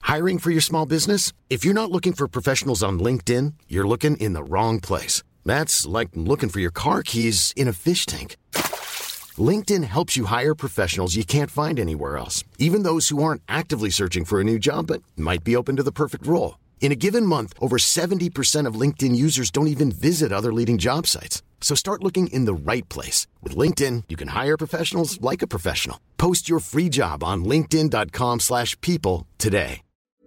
Hiring for your small business? If you're not looking for professionals on LinkedIn, you're looking in the wrong place. That's like looking for your car keys in a fish tank. LinkedIn helps you hire professionals you can't find anywhere else, even those who aren't actively searching for a new job but might be open to the perfect role. In a given month, over 70% of LinkedIn users don't even visit other leading job sites. So start looking in the right place. With LinkedIn, you can hire professionals like a professional. Post your free job on linkedin.com/people today.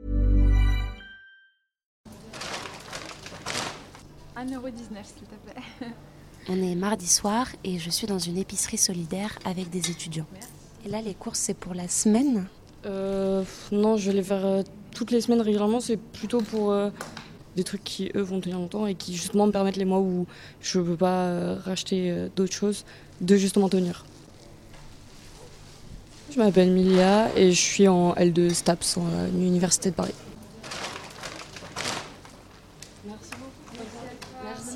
1,19€, s'il te plaît. On est mardi soir et je suis dans une épicerie solidaire avec des étudiants. Et là, les courses, c'est pour la semaine ? Non, je vais les faire toutes les semaines régulièrement. C'est plutôt pour des trucs qui, eux, vont tenir longtemps et qui, justement, me permettent les mois où je ne peux pas racheter d'autres choses, de justement tenir. Je m'appelle Milia et je suis en L2 STAPS, à l'Université de Paris. Merci beaucoup. Merci.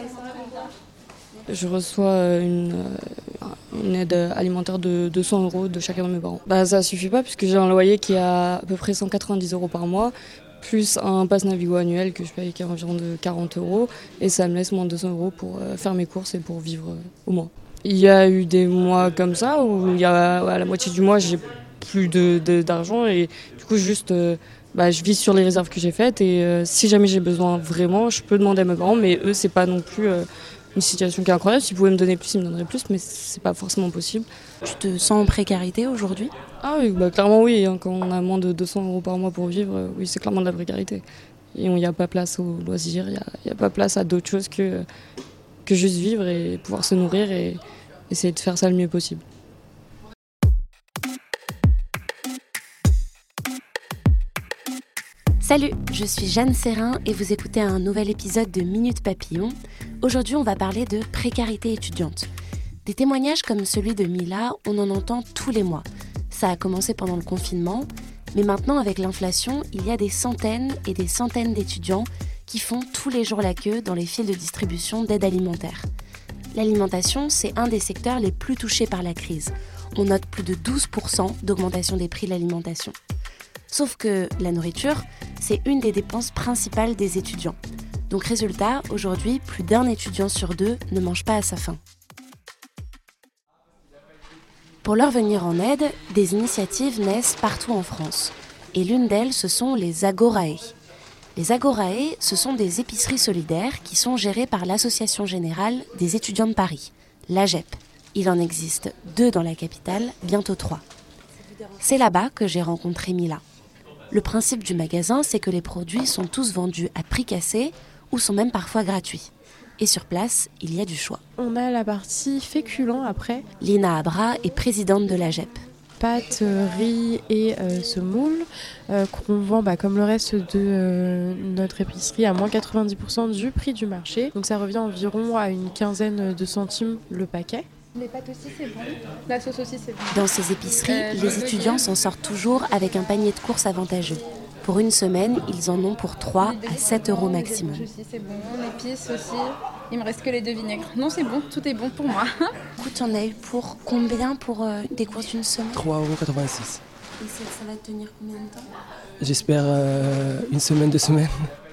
Je reçois une aide alimentaire de 200€ de chacun de mes parents. Ça suffit pas puisque j'ai un loyer qui est à peu près 190€ par mois, plus un pass Navigo annuel que je paye qui est environ de 40€, et ça me laisse moins de 200€ pour faire mes courses et pour vivre au mois. Il y a eu des mois comme ça où à la moitié du mois j'ai plus d'argent et du coup je vis sur les réserves que j'ai faites et si jamais j'ai besoin vraiment, je peux demander à mes parents, mais eux c'est pas non plus une situation qui est incroyable. S'ils pouvaient me donner plus, ils me donneraient plus, mais c'est pas forcément possible. Tu te sens en précarité aujourd'hui ? Ah oui, clairement oui. Quand on a moins de 200€ par mois pour vivre, oui, c'est clairement de la précarité. Et il n'y a pas place aux loisirs, il n'y a pas place à d'autres choses que juste vivre et pouvoir se nourrir et essayer de faire ça le mieux possible. Salut, je suis Jeanne Serrin et vous écoutez un nouvel épisode de Minute Papillon. Aujourd'hui, on va parler de précarité étudiante. Des témoignages comme celui de Mila, on en entend tous les mois. Ça a commencé pendant le confinement, mais maintenant avec l'inflation, il y a des centaines et des centaines d'étudiants qui font tous les jours la queue dans les files de distribution d'aide alimentaire. L'alimentation, c'est un des secteurs les plus touchés par la crise. On note plus de 12% d'augmentation des prix de l'alimentation. Sauf que la nourriture, c'est une des dépenses principales des étudiants. Donc résultat, aujourd'hui, plus d'un étudiant sur deux ne mange pas à sa faim. Pour leur venir en aide, des initiatives naissent partout en France. Et l'une d'elles, ce sont les Agorae. Les Agorae, ce sont des épiceries solidaires qui sont gérées par l'Association Générale des étudiants de Paris, l'AGEP. Il en existe 2 dans la capitale, bientôt 3. C'est là-bas que j'ai rencontré Mila. Le principe du magasin, c'est que les produits sont tous vendus à prix cassé ou sont même parfois gratuits. Et sur place, il y a du choix. On a la partie féculents après. Lina Abra est présidente de l'AGEP. Pâtes, riz et semoule qu'on vend comme le reste de notre épicerie à moins 90% du prix du marché. Donc ça revient environ à une quinzaine de centimes le paquet. Les pâtes aussi, c'est bon. La sauce aussi, c'est bon. Dans ces épiceries, les étudiants s'en sortent toujours avec un panier de courses avantageux. Pour une semaine, ils en ont pour 3 à 7€ maximum. Les aussi, c'est bon. L'épice aussi. Il me reste que les 2 vinaigres. Non, c'est bon. Tout est bon pour moi. Du coup, tu en as eu pour combien pour des courses d'une semaine ? 3,86€. Et ça va tenir combien de temps ? J'espère une semaine, 2 semaines.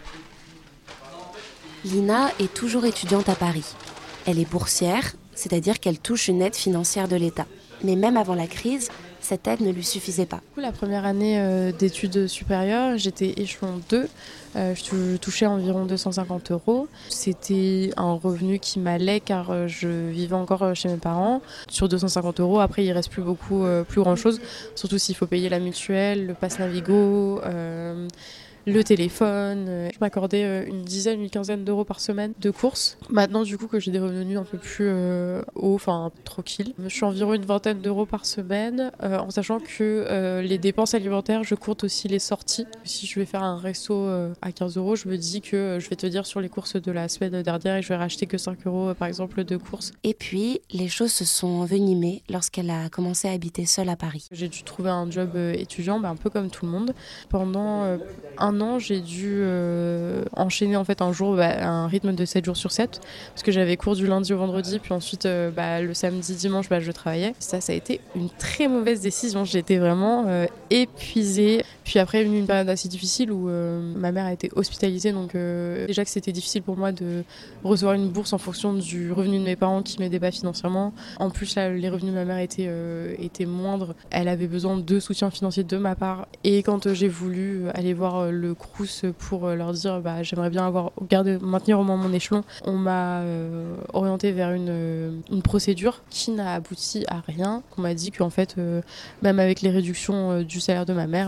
Lina est toujours étudiante à Paris. Elle est boursière, c'est-à-dire qu'elle touche une aide financière de l'État. Mais même avant la crise, cette aide ne lui suffisait pas. La première année d'études supérieures, j'étais échelon 2. Je touchais environ 250€. C'était un revenu qui m'allait car je vivais encore chez mes parents. Sur 250€, après il ne reste plus grand-chose. Surtout s'il faut payer la mutuelle, le pass Navigo, le téléphone. Je m'accordais une quinzaine d'euros par semaine de courses. Maintenant, du coup, que j'ai des revenus un peu plus hauts, tranquilles, je suis environ une vingtaine d'euros par semaine, en sachant que les dépenses alimentaires, je compte aussi les sorties. Si je vais faire un resto à 15€, je me dis que je vais te dire sur les courses de la semaine dernière et je vais racheter que 5€ par exemple de courses. Et puis, les choses se sont envenimées lorsqu'elle a commencé à habiter seule à Paris. J'ai dû trouver un job étudiant, un peu comme tout le monde. Pendant un 1 an, j'ai dû enchaîner en fait un jour un rythme de 7 jours sur 7 parce que j'avais cours du lundi au vendredi, puis ensuite le samedi, dimanche, je travaillais. Ça a été une très mauvaise décision. J'étais vraiment épuisée. Puis après est venue une période assez difficile où ma mère a été hospitalisée, donc déjà que c'était difficile pour moi de recevoir une bourse en fonction du revenu de mes parents qui m'aidaient pas financièrement. En plus là, les revenus de ma mère étaient moindres. Elle avait besoin de soutien financier de ma part. Et quand j'ai voulu aller voir le Crous pour leur dire j'aimerais bien maintenir au moins mon échelon, on m'a orientée vers une procédure qui n'a abouti à rien. On m'a dit qu'en fait, même avec les réductions du salaire de ma mère,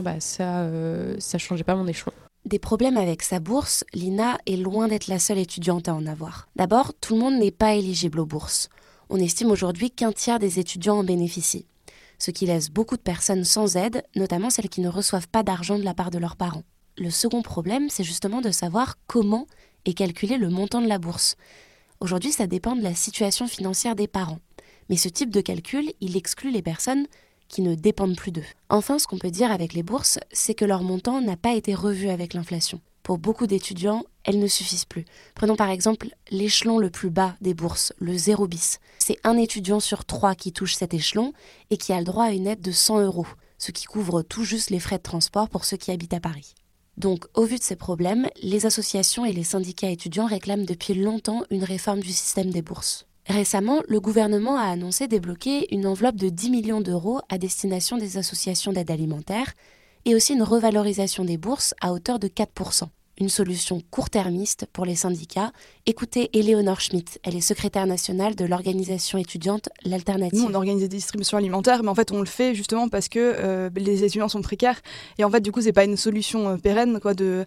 ça changeait pas mon échelon. Des problèmes avec sa bourse, Lina est loin d'être la seule étudiante à en avoir. D'abord, tout le monde n'est pas éligible aux bourses. On estime aujourd'hui qu'1 tiers des étudiants en bénéficient, ce qui laisse beaucoup de personnes sans aide, notamment celles qui ne reçoivent pas d'argent de la part de leurs parents. Le second problème, c'est justement de savoir comment est calculé le montant de la bourse. Aujourd'hui, ça dépend de la situation financière des parents. Mais ce type de calcul, il exclut les personnes qui ne dépendent plus d'eux. Enfin, ce qu'on peut dire avec les bourses, c'est que leur montant n'a pas été revu avec l'inflation. Pour beaucoup d'étudiants, elles ne suffisent plus. Prenons par exemple l'échelon le plus bas des bourses, le 0 bis. C'est 1 étudiant sur 3 qui touche cet échelon et qui a le droit à une aide de 100 €, ce qui couvre tout juste les frais de transport pour ceux qui habitent à Paris. Donc, au vu de ces problèmes, les associations et les syndicats étudiants réclament depuis longtemps une réforme du système des bourses. Récemment, le gouvernement a annoncé débloquer une enveloppe de 10 millions d'euros à destination des associations d'aide alimentaire et aussi une revalorisation des bourses à hauteur de 4%. Une solution court-termiste pour les syndicats. Écoutez Éléonore Schmitt, elle est secrétaire nationale de l'organisation étudiante L'Alternative. Nous, on organise des distributions alimentaires, mais en fait, on le fait justement parce que les étudiants sont précaires. Et en fait, du coup, c'est pas une solution pérenne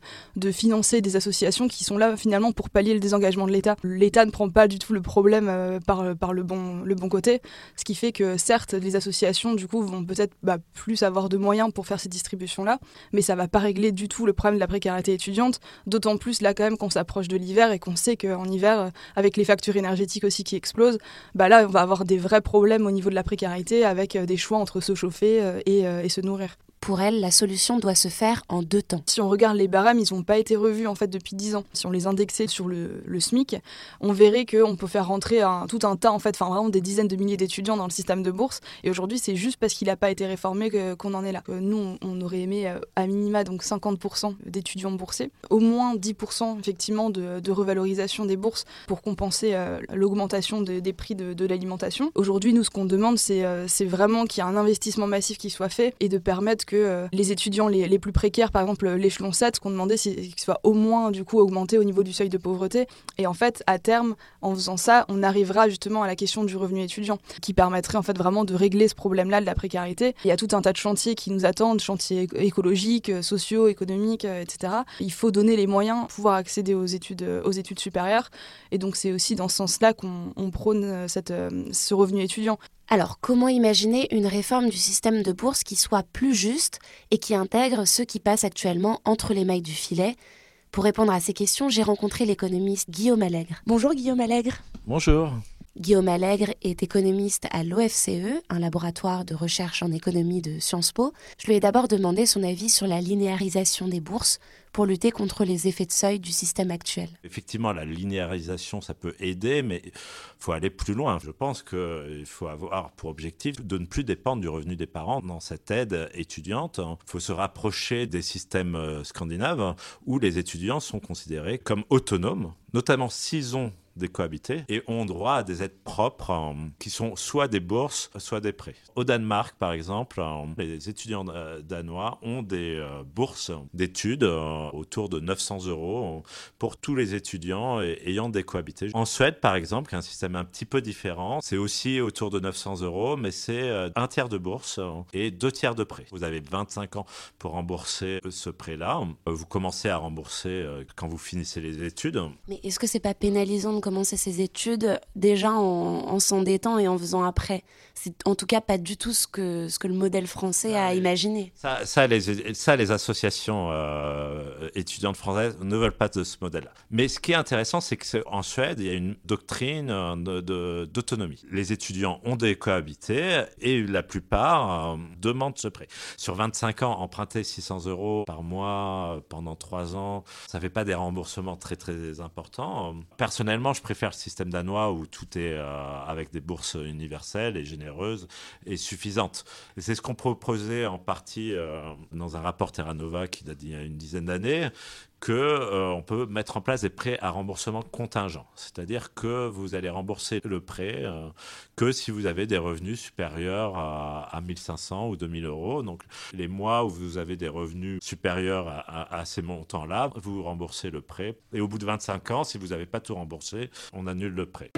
de financer des associations qui sont là finalement pour pallier le désengagement de l'État. L'État ne prend pas du tout le problème par le bon côté, ce qui fait que certes, les associations du coup vont peut-être plus avoir de moyens pour faire ces distributions-là, mais ça va pas régler du tout le problème de la précarité étudiante. D'autant plus là quand même qu'on s'approche de l'hiver et qu'on sait qu'en hiver, avec les factures énergétiques aussi qui explosent, là on va avoir des vrais problèmes au niveau de la précarité avec des choix entre se chauffer et se nourrir. Pour elle, la solution doit se faire en 2 temps. Si on regarde les barèmes, ils n'ont pas été revus en fait depuis 10 ans. Si on les indexait sur le SMIC, on verrait qu'on peut faire rentrer tout un tas, vraiment des dizaines de milliers d'étudiants dans le système de bourse. Et aujourd'hui, c'est juste parce qu'il n'a pas été réformé qu'on en est là. Nous, on aurait aimé à minima donc 50% d'étudiants boursés, au moins 10% effectivement de revalorisation des bourses pour compenser l'augmentation des prix de l'alimentation. Aujourd'hui, nous, ce qu'on demande, c'est vraiment qu'il y ait un investissement massif qui soit fait et de permettre que les étudiants les plus précaires, par exemple l'échelon 7, ce qu'on demandait, c'est qu'il soit au moins du coup augmenté au niveau du seuil de pauvreté. Et en fait, à terme, en faisant ça, on arrivera justement à la question du revenu étudiant, qui permettrait en fait vraiment de régler ce problème-là de la précarité. Il y a tout un tas de chantiers qui nous attendent, chantiers écologiques, sociaux, économiques, etc. Il faut donner les moyens pour pouvoir accéder aux études supérieures. Et donc c'est aussi dans ce sens-là qu'on prône ce revenu étudiant. Alors, comment imaginer une réforme du système de bourse qui soit plus juste et qui intègre ceux qui passent actuellement entre les mailles du filet ? Pour répondre à ces questions, j'ai rencontré l'économiste Guillaume Allègre. Bonjour Guillaume Allègre. Bonjour. Guillaume Allègre est économiste à l'OFCE, un laboratoire de recherche en économie de Sciences Po. Je lui ai d'abord demandé son avis sur la linéarisation des bourses pour lutter contre les effets de seuil du système actuel. Effectivement, la linéarisation, ça peut aider, mais il faut aller plus loin. Je pense qu'il faut avoir pour objectif de ne plus dépendre du revenu des parents dans cette aide étudiante. Il faut se rapprocher des systèmes scandinaves où les étudiants sont considérés comme autonomes, notamment s'ils ont des cohabités et ont droit à des aides propres qui sont soit des bourses, soit des prêts. Au Danemark, par exemple, les étudiants danois ont des bourses d'études autour de 900 € pour tous les étudiants ayant des cohabités. En Suède, par exemple, qui est un système un petit peu différent, c'est aussi autour de 900 €, mais c'est 1/3 de bourse et 2/3 de prêt. Vous avez 25 ans pour rembourser ce prêt-là. Vous commencez à rembourser quand vous finissez les études. Mais est-ce que c'est pas pénalisant de commencer ses études déjà en s'endettant et en faisant après. C'est en tout cas pas du tout ce que le modèle français a imaginé. Les associations étudiantes françaises ne veulent pas de ce modèle-là. Mais ce qui est intéressant, c'est qu'en Suède, il y a une doctrine d'autonomie. Les étudiants ont des cohabités et la plupart demandent ce prêt. Sur 25 ans, emprunter 600 € par mois pendant 3 ans, ça ne fait pas des remboursements très très importants. Personnellement, je préfère le système danois où tout est avec des bourses universelles et généreuses et suffisantes. Et c'est ce qu'on proposait en partie dans un rapport Terra Nova qui date d'il y a une dizaine d'années, qu'on peut mettre en place des prêts à remboursement contingent. C'est-à-dire que vous allez rembourser le prêt que si vous avez des revenus supérieurs à 1 500 ou 2 000 €. Donc, les mois où vous avez des revenus supérieurs à ces montants-là, vous remboursez le prêt. Et au bout de 25 ans, si vous n'avez pas tout remboursé, on annule le prêt.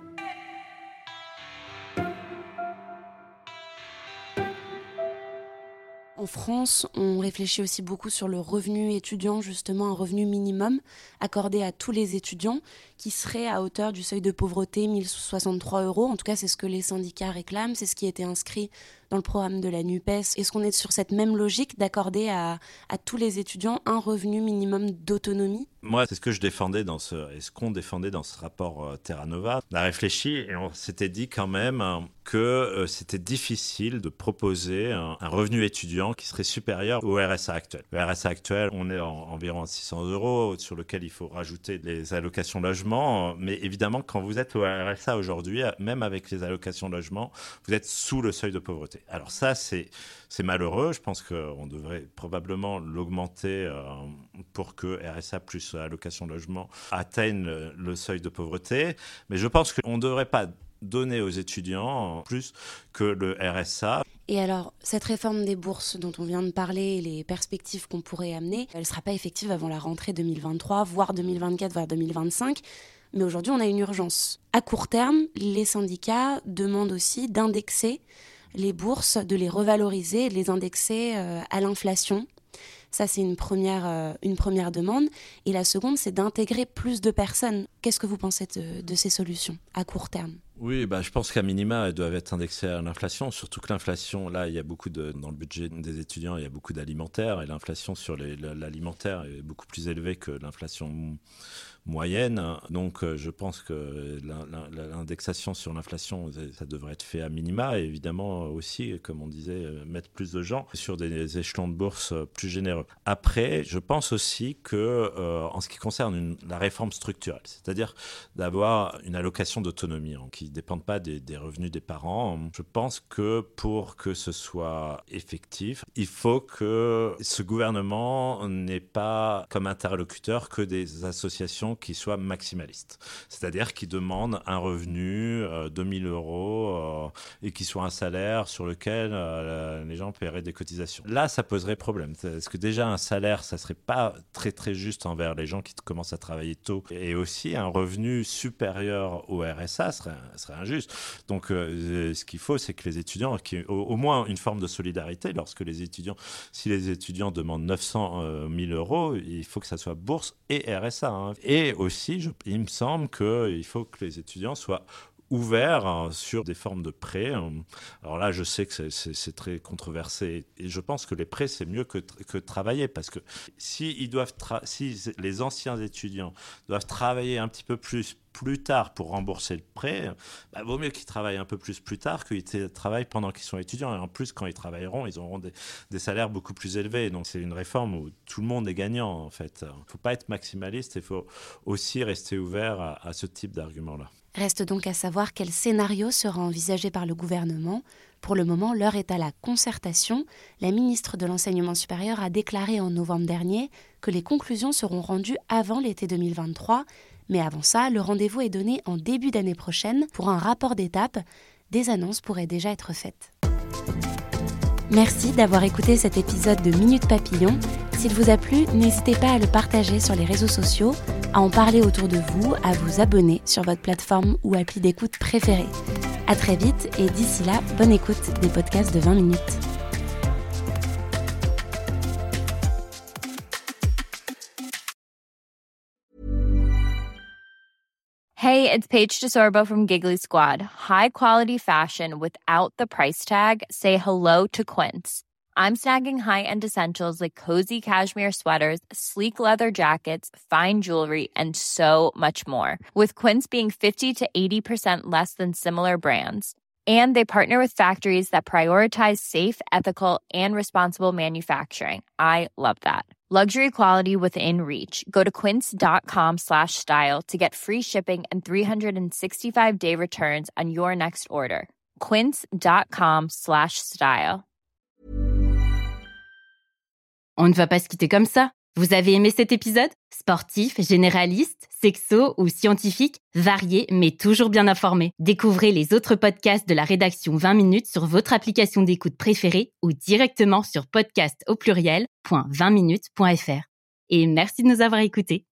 En France, on réfléchit aussi beaucoup sur le revenu étudiant, justement un revenu minimum accordé à tous les étudiants qui serait à hauteur du seuil de pauvreté, 1 063 €. En tout cas, c'est ce que les syndicats réclament, c'est ce qui a été inscrit dans le programme de la NUPES. Est-ce qu'on est sur cette même logique d'accorder à tous les étudiants un revenu minimum d'autonomie ? Moi, c'est ce que je défendais et ce qu'on défendait dans ce rapport Terra Nova. On a réfléchi et on s'était dit quand même que c'était difficile de proposer un revenu étudiant qui serait supérieur au RSA actuel. Le RSA actuel, on est environ à 600 € sur lequel il faut rajouter les allocations logement. Mais évidemment, quand vous êtes au RSA aujourd'hui, même avec les allocations logement, vous êtes sous le seuil de pauvreté. Alors ça, c'est malheureux. Je pense qu'on devrait probablement l'augmenter pour que RSA plus allocation logement atteignent le seuil de pauvreté. Mais je pense qu'on ne devrait pas donner aux étudiants plus que le RSA. Et alors, cette réforme des bourses dont on vient de parler et les perspectives qu'on pourrait amener, elle ne sera pas effective avant la rentrée 2023, voire 2024, voire 2025. Mais aujourd'hui, on a une urgence. À court terme, les syndicats demandent aussi d'indexer les bourses, de les revaloriser, de les indexer à l'inflation. Ça, c'est une première demande. Et la seconde, c'est d'intégrer plus de personnes. Qu'est-ce que vous pensez de ces solutions à court terme ? Oui, je pense qu'à minima, elles doivent être indexées à l'inflation, surtout que l'inflation, là, il y a beaucoup dans le budget des étudiants, il y a beaucoup d'alimentaire, et l'inflation sur l'alimentaire est beaucoup plus élevée que l'inflation moyenne. Donc, je pense que l'indexation sur l'inflation, ça devrait être fait à minima, et évidemment aussi, comme on disait, mettre plus de gens sur des échelons de bourse plus généreux. Après, je pense aussi que, en ce qui concerne la réforme structurelle, c'est-à-dire d'avoir une allocation d'autonomie qui ne dépendent pas des revenus des parents. Je pense que pour que ce soit effectif, il faut que ce gouvernement n'ait pas comme interlocuteur que des associations qui soient maximalistes. C'est-à-dire qui demandent un revenu de 2 000 € et qui soit un salaire sur lequel les gens paieraient des cotisations. Là, ça poserait problème. Parce que déjà, un salaire, ça ne serait pas très très juste envers les gens qui commencent à travailler tôt. Et aussi, un revenu supérieur au RSA serait injuste. Donc, ce qu'il faut, c'est que les étudiants, au moins une forme de solidarité, si les étudiants demandent 900 000 €, il faut que ça soit bourse et RSA. Et aussi, il me semble qu'il faut que les étudiants soient ouverts sur des formes de prêts. Alors là, je sais que c'est très controversé et je pense que les prêts, c'est mieux que travailler parce que si les anciens étudiants doivent travailler un petit peu plus tard pour rembourser le prêt, vaut mieux qu'ils travaillent un peu plus tard qu'ils travaillent pendant qu'ils sont étudiants. Et en plus, quand ils travailleront, ils auront des salaires beaucoup plus élevés. Donc, c'est une réforme où tout le monde est gagnant, en fait. Il ne faut pas être maximaliste, il faut aussi rester ouvert à ce type d'argument-là. Reste donc à savoir quel scénario sera envisagé par le gouvernement. Pour le moment, l'heure est à la concertation. La ministre de l'Enseignement supérieur a déclaré en novembre dernier que les conclusions seront rendues avant l'été 2023. Mais avant ça, le rendez-vous est donné en début d'année prochaine pour un rapport d'étape. Des annonces pourraient déjà être faites. Merci d'avoir écouté cet épisode de Minute Papillon. S'il vous a plu, n'hésitez pas à le partager sur les réseaux sociaux, à en parler autour de vous, à vous abonner sur votre plateforme ou appli d'écoute préférée. À très vite et d'ici là, bonne écoute des podcasts de 20 minutes. Hey, it's Paige DeSorbo from Giggly Squad. High quality fashion without the price tag. Say hello to Quince. I'm snagging high-end essentials like cozy cashmere sweaters, sleek leather jackets, fine jewelry, and so much more. With Quince being 50 to 80% less than similar brands. And they partner with factories that prioritize safe, ethical, and responsible manufacturing. I love that. Luxury quality within reach. Go to quince.com/style to get free shipping and 365-day returns on your next order. Quince.com/style. On ne va pas se quitter comme ça. Vous avez aimé cet épisode ? Sportif, généraliste, sexo ou scientifique, varié mais toujours bien informé. Découvrez les autres podcasts de la rédaction 20 minutes sur votre application d'écoute préférée ou directement sur podcast@20minutes.fr. Et merci de nous avoir écoutés.